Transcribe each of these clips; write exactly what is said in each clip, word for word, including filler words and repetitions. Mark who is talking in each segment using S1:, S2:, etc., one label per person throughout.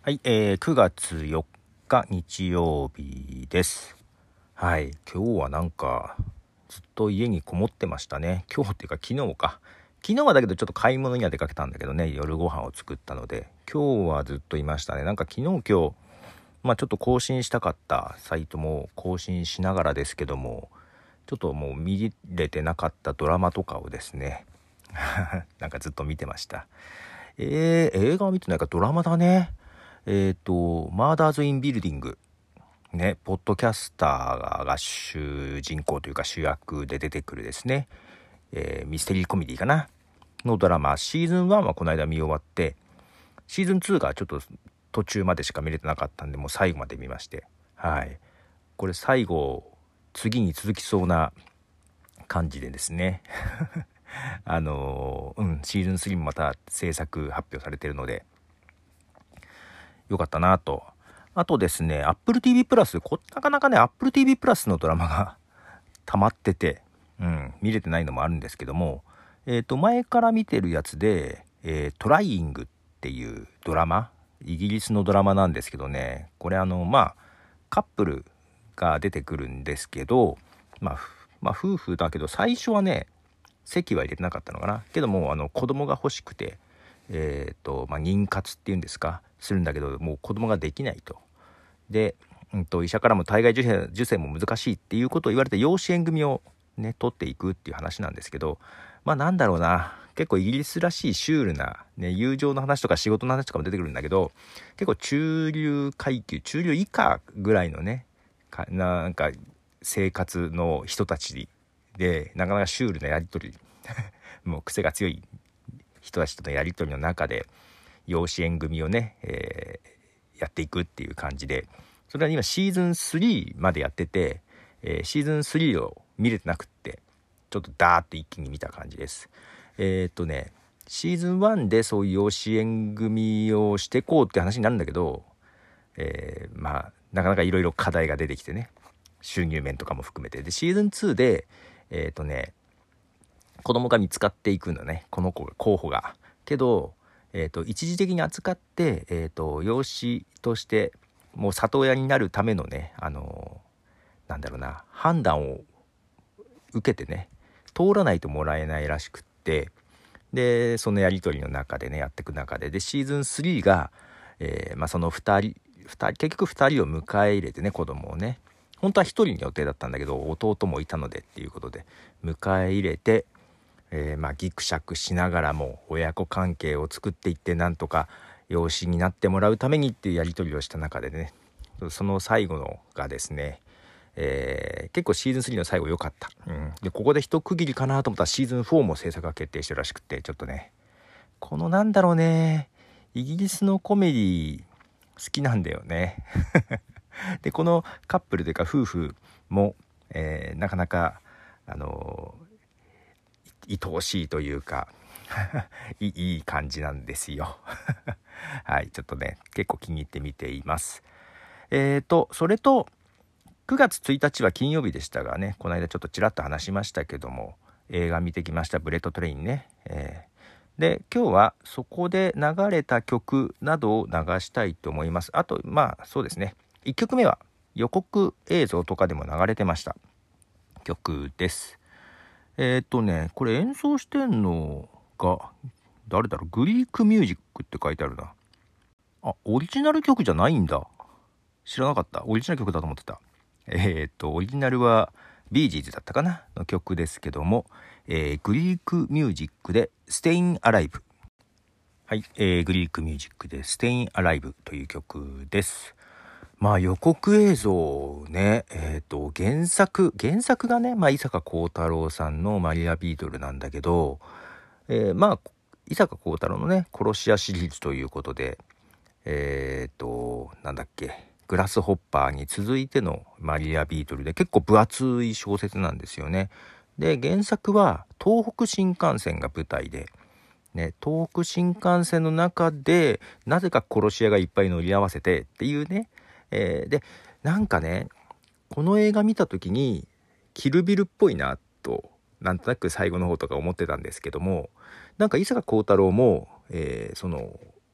S1: はい、えー、くがつよっか日曜日です。はい、今日はなんかずっと家にこもってましたね。今日っていうか昨日か。昨日はだけどちょっと買い物には出かけたんだけどね、夜ご飯を作ったので、今日はずっといましたね。なんか昨日今日、まあちょっと更新したかったサイトも更新しながらですけども、ちょっともう見れてなかったドラマとかをですね、なんかずっと見てました。えー、映画を見てないかドラマだね。えっ、ー、と、マーダーズ・イン・ビルディング。ね、ポッドキャスターが主人公というか主役で出てくるですね、えー、ミステリーコメディかなのドラマ、シーズンワンはこの間見終わって、シーズンツーがちょっと途中までしか見れてなかったんで、もう最後まで見まして、はい。これ最後、次に続きそうな感じでですね。あのー、うん、シーズンスリーもまた制作発表されているので、よかったなと。あとですね、Apple ティーブイ プラス、こなかなかね、Apple ティーブイ プラスのドラマが溜まってて、うん、見れてないのもあるんですけども、えっと、前から見てるやつで、えー、トライイングっていうドラマ、イギリスのドラマなんですけどね、これあの、まあ、カップルが出てくるんですけど、まあ、まあ、夫婦だけど、最初はね、籍は入れてなかったのかな。けども、あの、子供が欲しくて、えっと、まあ、妊活っていうんですか、するんだけど、もう子供ができないと。で、うんと、医者からも体外受精、受精も難しいっていうことを言われて、養子縁組をね、取っていくっていう話なんですけど、まあなんだろうな、結構イギリスらしいシュールな、ね、友情の話とか仕事の話とかも出てくるんだけど、結構中流階級、中流以下ぐらいのね、かなんか生活の人たちで、なかなかシュールなやり取り、もう癖が強い人たちとのやり取りの中で、養子縁組をね、えー、やっていくっていう感じで、それは今シーズンスリーまでやってて、えー、シーズンスリーを見れてなくって、ちょっとダーッと一気に見た感じです。えー、っとね、シーズンワンでそういう養子縁組をしてこうって話になるんだけど、えー、まあなかなかいろいろ課題が出てきてね、収入面とかも含めて、でシーズンツーでえー、っとね子供が見つかっていくんだね、この子が候補が。けどえー、と一時的に扱って、えー、と養子としてもう里親になるためのね、あのー、なんだろうな、判断を受けてね、通らないともらえないらしくって、でそのやり取りの中でねやっていく中で、でシーズンスリーが、えーまあ、そのふたりふたり結局ふたりを迎え入れてね、子供をね、本当はひとりの予定だったんだけど弟もいたのでっていうことで迎え入れて、えー、まあギクシャクしながらも親子関係を作っていって、なんとか養子になってもらうためにっていうやり取りをした中でね、その最後のがですね、えー、結構シーズンスリーの最後良かった、うん、でここで一区切りかなと思ったらシーズンフォーも制作が決定してるらしくて、ちょっとね、このなんだろうね、イギリスのコメディ好きなんだよねでこのカップルというか夫婦も、えー、なかなかあのー、愛おしいというかいい、いい感じなんですよはい、ちょっとね結構気に入って見ています。えーとそれとくがつついたちは金曜日でしたがね、この間ちょっとちらっと話しましたけども、映画見てきました、ブレッドトレインね、えー、で今日はそこで流れた曲などを流したいと思います。あとまあそうですね、いっきょくめは予告映像とかでも流れてました曲です。えっとねこれ演奏してんのが誰だろう、グリークミュージックって書いてあるな。あ、オリジナル曲じゃないんだ。知らなかった。オリジナル曲だと思ってた。えー、っとオリジナルはビージーズだったかなの曲ですけども、えー、グリークミュージックで Staying Alive。 はい、えー、グリークミュージックで Staying Alive という曲です。まあ予告映像ね、えっと原作原作がね、まあ、伊坂幸太郎さんのマリアビートルなんだけど、えー、まあ伊坂幸太郎のね殺し屋シリーズということで、えっとなんだっけ、グラスホッパーに続いてのマリアビートルで結構分厚い小説なんですよね。で原作は東北新幹線が舞台で、ね、東北新幹線の中でなぜか殺し屋がいっぱい乗り合わせてっていうね、えー、でなんかねこの映画見た時にキルビルっぽいなとなんとなく最後の方とか思ってたんですけども、なんか伊坂幸太郎も、えー、その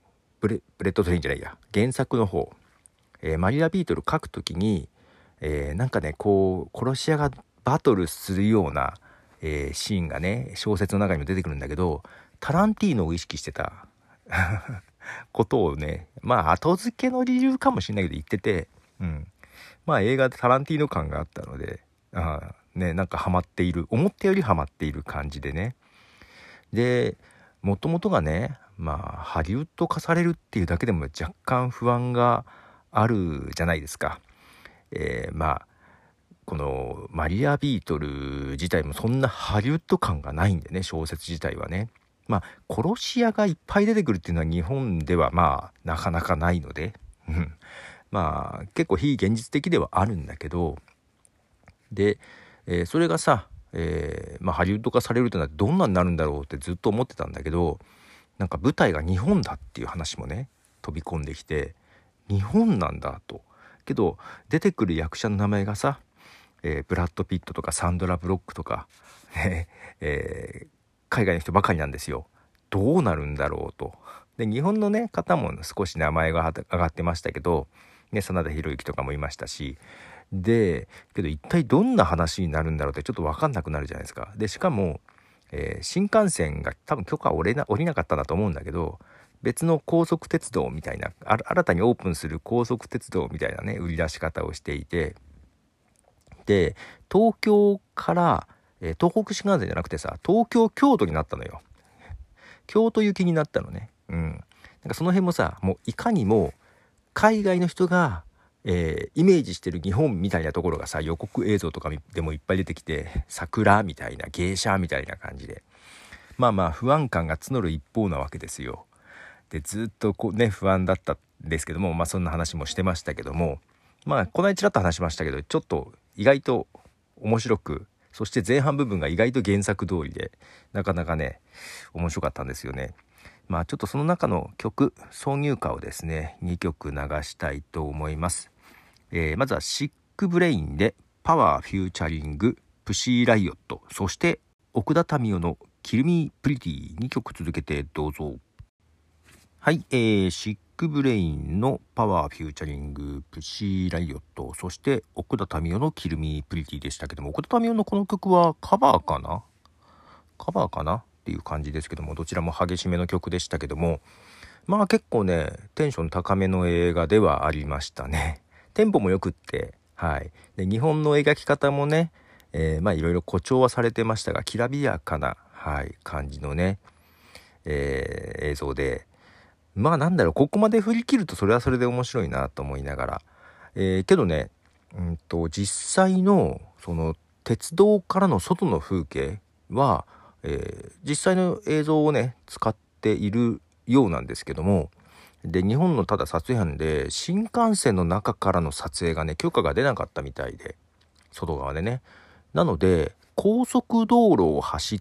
S1: ブレブレッド・トレインじゃないや原作の方、えー、マリア・ビートル書くときに、えー、なんかねこう殺し屋がバトルするような、えー、シーンがね小説の中にも出てくるんだけど、タランティーノを意識してたことをね、まあ後付けの理由かもしれないけど言ってて、うん、まあ映画でタランティーノ感があったので、あね、なんかハマっている、思ったよりハマっている感じでね。でもともとがね、まあハリウッド化されるっていうだけでも若干不安があるじゃないですか。えー、まあこのマリア・ビートル自体もそんなハリウッド感がないんでね、小説自体はね。まあ殺し屋がいっぱい出てくるっていうのは日本ではまあなかなかないのでまあ結構非現実的ではあるんだけど、で、えー、それがさ、えーまあ、ハリウッド化されるとなってどんなになるんだろうってずっと思ってたんだけど、なんか舞台が日本だっていう話もね飛び込んできて、日本なんだと。けど出てくる役者の名前がさ、えー、ブラッド・ピットとかサンドラ・ブロックとか、ねえー、海外の人ばかりなんですよ。どうなるんだろうと。で日本のね方も少し名前が上がってましたけど、ね、真田広之とかもいましたし、でけど一体どんな話になるんだろうってちょっと分かんなくなるじゃないですか。でしかも、えー、新幹線が多分許可を下りな、下りなかったんだと思うんだけど、別の高速鉄道みたいな、新たにオープンする高速鉄道みたいなね売り出し方をしていて、で東京から、えー、東北新幹線じゃなくてさ、東京京都になったのよ。京都行きになったのね。うん。なんかその辺もさ、もういかにも海外の人が、えー、イメージしてる日本みたいなところがさ、予告映像とかでもいっぱい出てきて、桜みたいな、芸者みたいな感じで、まあまあ不安感が募る一方なわけですよ。でずっとこうね不安だったんですけども、まあそんな話もしてましたけども、まあこの間ちらっと話しましたけど、ちょっと意外と面白く、そして前半部分が意外と原作通りでなかなかね面白かったんですよね。まあちょっとその中の曲挿入歌をですねにきょく流したいと思います。えー、まずはシックブレインでパワーフューチャリングプシーライオット、そして奥田民生のキルミープリティ、にきょく続けてどうぞ。はい、えー、シックブレインのパワーフューチャリングプシーライオット、そして奥田民生のキルミープリティでしたけども、奥田民生のこの曲はカバーかなカバーかなっていう感じですけども、どちらも激しめの曲でしたけども、まあ結構ねテンション高めの映画ではありましたね。テンポもよくって、はい、で日本の描き方もね、えー、まあいろいろ誇張はされてましたが、きらびやかな、はい、感じのね、えー、映像で、まあなんだろう、ここまで振り切るとそれはそれで面白いなと思いながら、えー、けどね、うんと実際のその鉄道からの外の風景は、えー、実際の映像をね使っているようなんですけども、で日本のただ撮影班で新幹線の中からの撮影がね許可が出なかったみたいで、外側でね、なので高速道路を走って、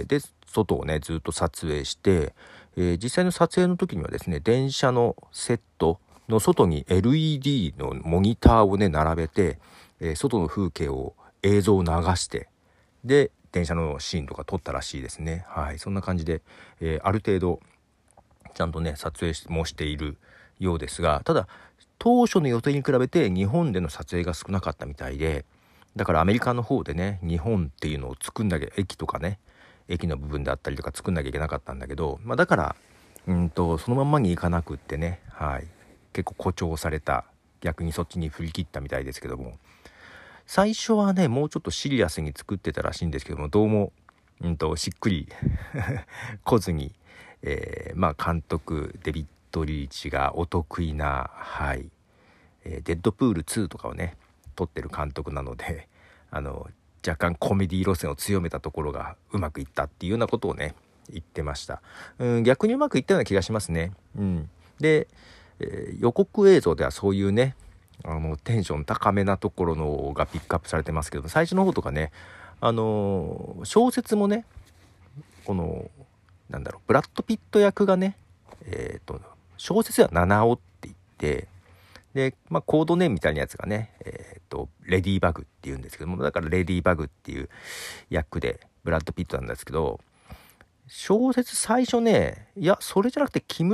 S1: で外をねずっと撮影して、えー、実際の撮影の時にはですね電車のセットの外に エルイーディー のモニターをね並べて、えー、外の風景を映像を流して、で電車のシーンとか撮ったらしいですね。はい、そんな感じで、えー、ある程度ちゃんとね撮影もしているようですが、ただ当初の予定に比べて日本での撮影が少なかったみたいで、だからアメリカの方でね日本っていうのを作んなきゃ、駅とかね駅の部分であったりとか作んなきゃいけなかったんだけど、まあ、だからうんとそのまんまにいかなくってね、はい、結構誇張された、逆にそっちに振り切ったみたいですけども、最初はねもうちょっとシリアスに作ってたらしいんですけども、どうもうんとしっくり来ずに、えー、まあ監督デビッド・リーチがお得意な、はい、えー、デッドプールツーとかをね撮ってる監督なので、あの若干コメディ路線を強めたところがうまくいったっていうようなことをね言ってました。うん、逆にうまくいったような気がしますね。うん、で、えー、予告映像ではそういうねあのテンション高めなところのがピックアップされてますけど、最初の方とかね、あのー、小説もねこのなんだろうブラッド・ピット役がね、えー、と小説では七尾って言って、で、まあ、コードネームみたいなやつがね、えー、とレディーバグっていうんですけども、だからレディーバグっていう役でブラッド・ピットなんですけど、小説最初ね、いやそれじゃなくて木村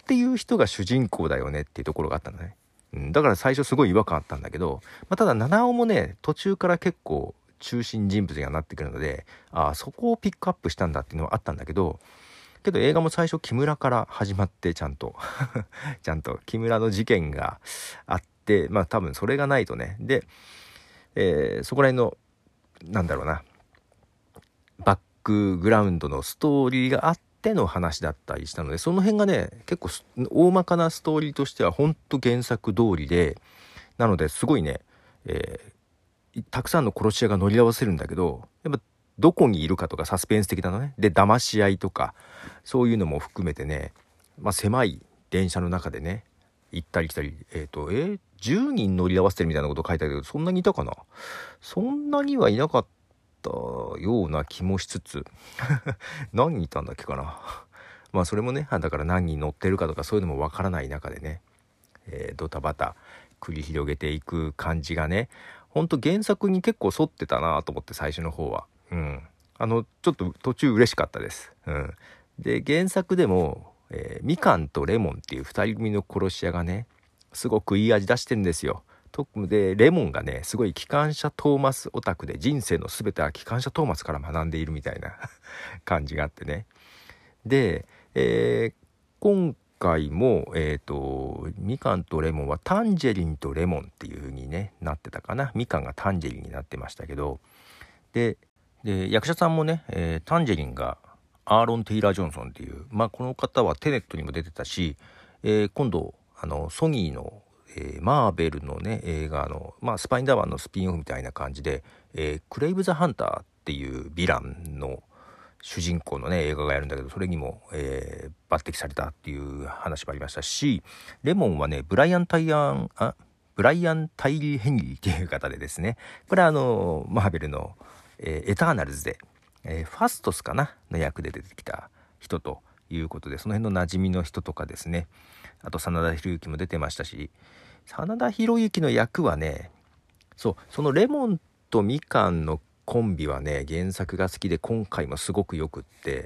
S1: っていう人が主人公だよねっていうところがあったんだね。うん、だから最初すごい違和感あったんだけど、まあ、ただ七尾もね途中から結構中心人物にはなってくるので、ああそこをピックアップしたんだっていうのはあったんだけど、けど映画も最初木村から始まってちゃんとちゃんと木村の事件があって、まあ多分それがないとね、で、えー、そこら辺のなんだろうなバックグラウンドのストーリーがあっての話だったりしたので、その辺がね結構大まかなストーリーとしてはほんと原作通りで、なのですごいね、えー、たくさんの殺し屋が乗り合わせるんだけど、やっぱどこにいるかとかサスペンス的なのね、で騙し合いとかそういうのも含めてね、まあ、狭い電車の中でね行ったり来たり、えっ、ー、とえー、じゅうにん乗り合わせてるみたいなこと書いてあるけど、そんなにいたかな、そんなにはいなかったような気もしつつ何人いたんだっけかなまあそれもねだから何人乗ってるかとかそういうのもわからない中でね、えー、ドタバタ繰り広げていく感じがね、ほんと原作に結構沿ってたなと思って、最初の方はうん、あのちょっと途中嬉しかったです、うん、で原作でも、えー、みかんとレモンっていうふたり組の殺し屋がねすごくいい味出してるんですよ。特でレモンがねすごい機関車トーマスオタクで、人生の全ては機関車トーマスから学んでいるみたいな感じがあってね、で、えー、今回もえっ、ー、とみかんとレモンはタンジェリンとレモンっていう風にねなってたかな。みかんがタンジェリンになってましたけど、でで役者さんもね、えー、タンジェリンがアーロン・テイラー・ジョンソンっていう、まあこの方はテネットにも出てたし、えー、今度あのソニーの、えー、マーベルのね映画の、まあ、スパイダーマンのスピンオフみたいな感じで、えー、クレイブ・ザ・ハンターっていうヴィランの主人公のね映画がやるんだけど、それにも、えー、抜擢されたっていう話もありましたし、レモンはねブライアン・タイアンあブライアン・タイリー・ヘンリーっていう方でですね、これはあのマーベルのえー、エターナルズで、えー、ファストスかなの役で出てきた人ということで、その辺の馴染みの人とかですね、あと真田広之も出てましたし、真田広之の役はね、そうそのレモンとみかんのコンビはね原作が好きで今回もすごくよくって、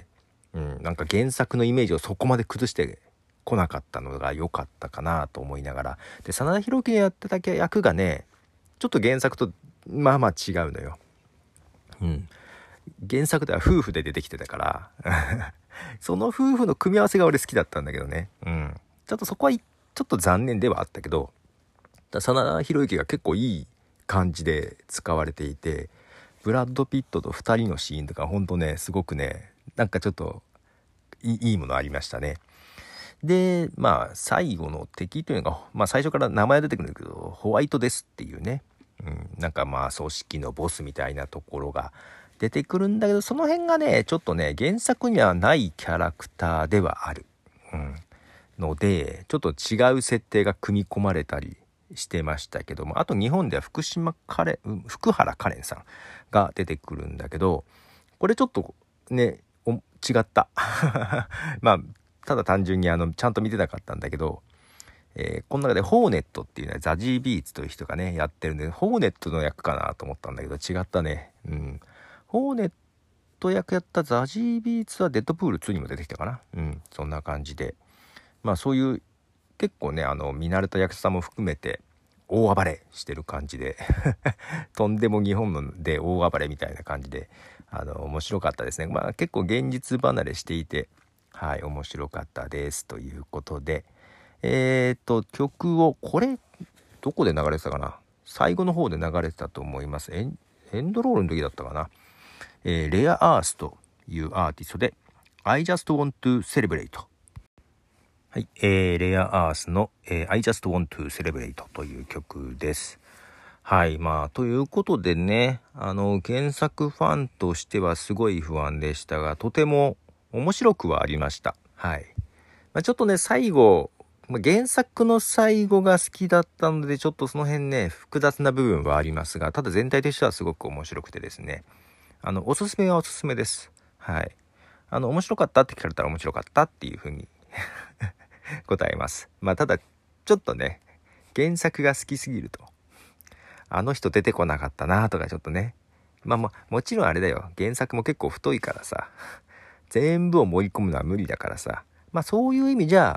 S1: うん、なんか原作のイメージをそこまで崩してこなかったのが良かったかなと思いながら、で真田広之のやってた役がねちょっと原作とまあまあ違うのよ。うん、原作では夫婦で出てきてたからその夫婦の組み合わせが俺好きだったんだけどね、うん、ちょっとそこはちょっと残念ではあったけど、真田広之が結構いい感じで使われていて、ブラッド・ピットとふたりのシーンとかほんとねすごくねなんかちょっとい い, いいものありましたね。でまあ最後の敵というのが、まあ、最初から名前出てくるんだけどホワイトデスっていうね、うん、なんかまあ組織のボスみたいなところが出てくるんだけど、その辺がねちょっとね原作にはないキャラクターではある、うん、のでちょっと違う設定が組み込まれたりしてましたけども、あと日本では福島カレン福原カレンさんが出てくるんだけど、これちょっとね違ったまあただ単純にあのちゃんと見てなかったんだけど、えー、この中でホーネットっていうねザジービーツという人がねやってるんで、ホーネットの役かなと思ったんだけど違ったね。うん、ホーネット役やったザジービーツはデッドプールツーにも出てきたかな。うん、そんな感じで、まあそういう結構ねあの見慣れた役者さんも含めて大暴れしてる感じでとんでも日本ので大暴れみたいな感じであの面白かったですね。まあ結構現実離れしていてはい面白かったですということで、えーと曲をこれどこで流れてたかな、最後の方で流れてたと思います。エン、エンドロールの時だったかな、えー、レアアースというアーティストで I just want to celebrate、はい、えー、レアアースの、えー、I just want to celebrate という曲です。はい、まあということでね、あの原作ファンとしてはすごい不安でしたが、とても面白くはありました。はい、まあ、ちょっとね最後原作の最後が好きだったのでちょっとその辺ね複雑な部分はありますが、ただ全体としてはすごく面白くてですね、あのおすすめはおすすめです。はい、あの面白かったって聞かれたら面白かったっていう風に答えます。まあただちょっとね原作が好きすぎるとあの人出てこなかったなとかちょっとね、まあももちろんあれだよ、原作も結構太いからさ全部を盛り込むのは無理だからさ、まあそういう意味じゃ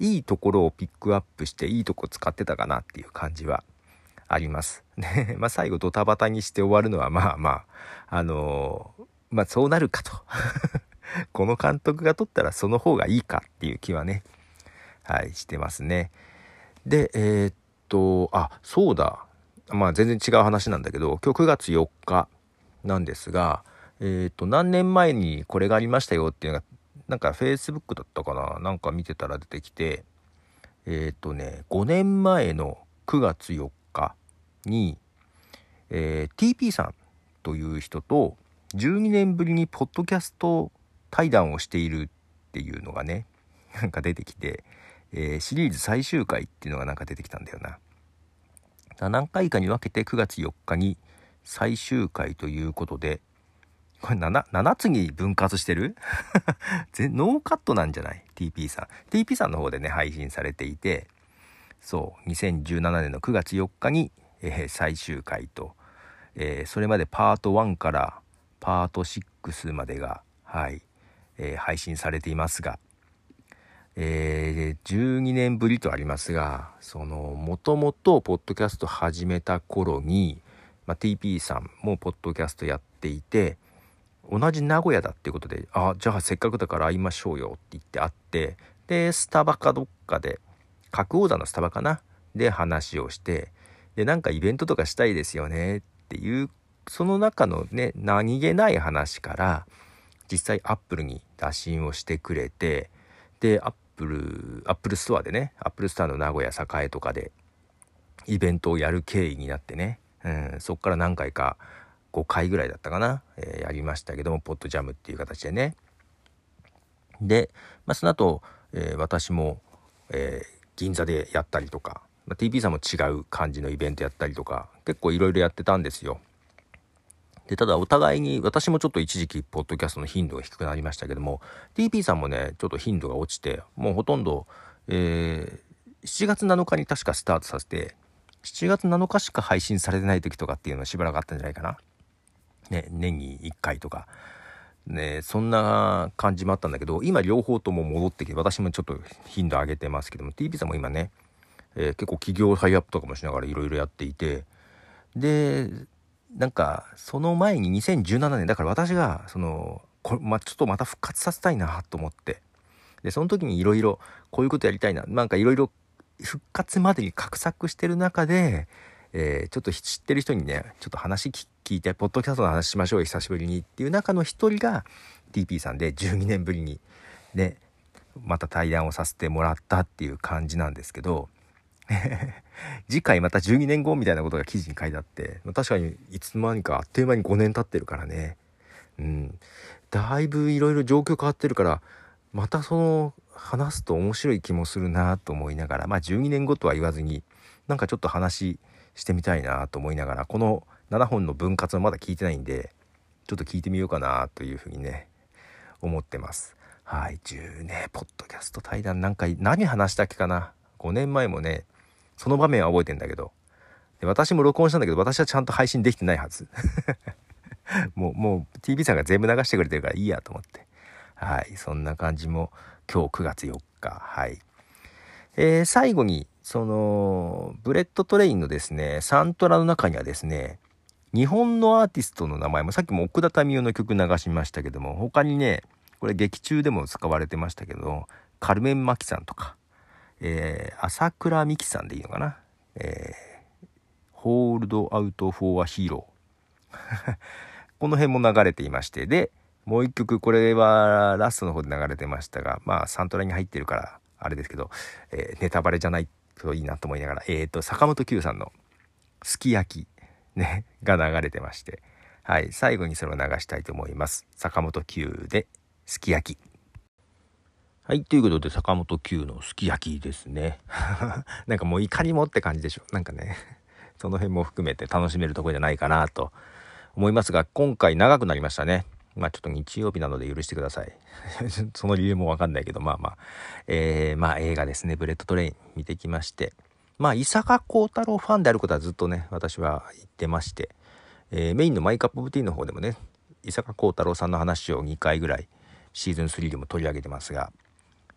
S1: いいところをピックアップしていいとこ使ってたかなっていう感じはあります。で、まあ最後ドタバタにして終わるのはまあまあ、あのー、まあそうなるかと。この監督が取ったらその方がいいかっていう気はね、はい、してますね。で、えー、っと、あ、そうだ。まあ全然違う話なんだけど、今日くがつよっかなんですが、えー、っと、何年前にこれがありましたよっていうのが、なんか Facebook だったかな、なんか見てたら出てきて、えー、っとね、ごねんまえのくがつよっかに、えー、ティーピー さんという人とじゅうにねんぶりにポッドキャスト対談をしているっていうのがね、なんか出てきて、えー、シリーズ最終回っていうのがなんか出てきたんだよな。何回かに分けてくがつよっかに最終回ということで、これ 7, 7つに分割してるノーカットなんじゃない？ ティーピー さん ティーピー さんの方でね配信されていて、そうにせんじゅうななねんのくがつよっかに、えー、最終回と、えー、それまでパートワンからパートシックスまでが、はいえー、配信されていますが、えー、じゅうにねんぶりとありますが、そのもともとポッドキャスト始めた頃に、まあ、ティーピー さんもポッドキャストやっていて、同じ名古屋だっていうことで、あ、じゃあせっかくだから会いましょうよって言って会って、でスタバかどっかで、角王山のスタバかなで話をして、でなんかイベントとかしたいですよねっていう、その中のね何気ない話から実際アップルに打診をしてくれて、でアップルアップルストアでね、アップルストアの名古屋栄とかでイベントをやる経緯になってね、うん、そっから何回かごかいぐらいだったかな、えー、やりましたけども、ポッドジャムっていう形でね。で、まあ、その後、えー、私も、えー、銀座でやったりとか、まあ、ティーピー さんも違う感じのイベントやったりとか、結構いろいろやってたんですよ。で、ただお互いに、私もちょっと一時期ポッドキャストの頻度が低くなりましたけども、 ティーピー さんもねちょっと頻度が落ちて、もうほとんど、えー、しちがつなのかに確かスタートさせて、しちがつなのかしか配信されてない時とかっていうのはしばらくあったんじゃないかな、ね、年にいっかいとかね、そんな感じもあったんだけど、今両方とも戻ってきて、私もちょっと頻度上げてますけども、 ティーピー さんも今ね、えー、結構企業タイアップとかもしながらいろいろやっていて、でなんかその前ににせんじゅうななねんだから、私がそのこれ、まあ、ちょっとまた復活させたいなと思って、でその時にいろいろこういうことやりたいな、なんかいろいろ復活までに画策してる中で、えー、ちょっと知ってる人にねちょっと話聞いて、ポッドキャストの話しましょうよ久しぶりにっていう中の一人が ティーピー さんで、じゅうにねんぶりにねまた対談をさせてもらったっていう感じなんですけど次回またじゅうにねんごみたいなことが記事に書いてあって、確かにいつの間にかあっという間にごねん経ってるからね、うん、だいぶいろいろ状況変わってるから、またその話すと面白い気もするなと思いながら、まあじゅうにねんごとは言わずに、なんかちょっと話してみたいなと思いながら、このななほんの分割はまだ聞いてないんで、ちょっと聞いてみようかなというふうにね思ってます。はい、じゅうねポッドキャスト対談、なんか何話したっけかな、ごねんまえもねその場面は覚えてんだけど、で私も録音したんだけど、私はちゃんと配信できてないはずもうもう ティーピー さんが全部流してくれてるからいいやと思って、はい、そんな感じも今日くがつよっか、はい、えー、最後にそのブレッドトレインのですねサントラの中にはですね、日本のアーティストの名前も、さっきも奥田民生の曲流しましたけども、他にねこれ劇中でも使われてましたけど、カルメン・マキさんとか、えー、朝倉美希さんでいいのかな、えー、ホールドアウト・フォー・ア・ヒーローこの辺も流れていまして、でもう一曲、これはラストの方で流れてましたが、まあサントラに入ってるからあれですけど、えー、ネタバレじゃないといいなと思いながら、えーと坂本九さんのすき焼きねが流れてまして、はい、最後にそれを流したいと思います。坂本九ですき焼き。はい、ということで坂本九のすき焼きですねなんかもういかにもって感じでしょ。なんかねその辺も含めて楽しめるところじゃないかなと思いますが、今回長くなりましたね。まあちょっと日曜日なので許してくださいその理由もわかんないけど、まあまあ、えー、まあ映画ですね、ブレッドトレイン見てきまして、まあ伊坂幸太郎ファンであることはずっとね私は言ってまして、えー、メインのマイカップオブティーの方でもね伊坂幸太郎さんの話をにかいぐらいシーズンスリーでも取り上げてますが、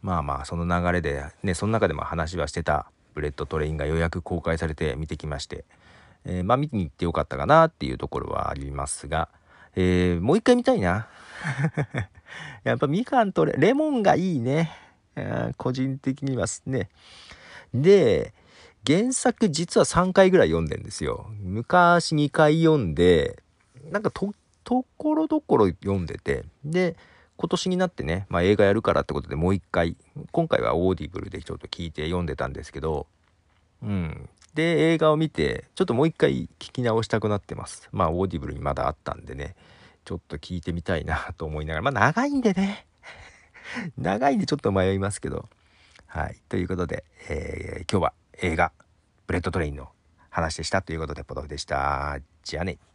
S1: まあまあその流れでね、その中でも話はしてたブレッドトレインがようやく公開されて見てきまして、えー、まあ見に行ってよかったかなっていうところはありますが、えー、もう一回見たいな。やっぱみかんと レ, レモンがいいね、個人的にはね。で原作実はさんかいぐらい読んでんですよ。昔にかい読んで、なんかとところどころ読んでて、で今年になってね、まあ、映画やるからってことでもう一回、今回はオーディブルでちょっと聞いて読んでたんですけど、うんで映画を見てちょっともう一回聞き直したくなってます。まあオーディブルにまだあったんでね、ちょっと聞いてみたいなと思いながら、まあ長いんでね長いんでちょっと迷いますけど、はいということで、えー、今日は映画ブレッドトレインの話でしたということで、ポトフでした。じゃあね。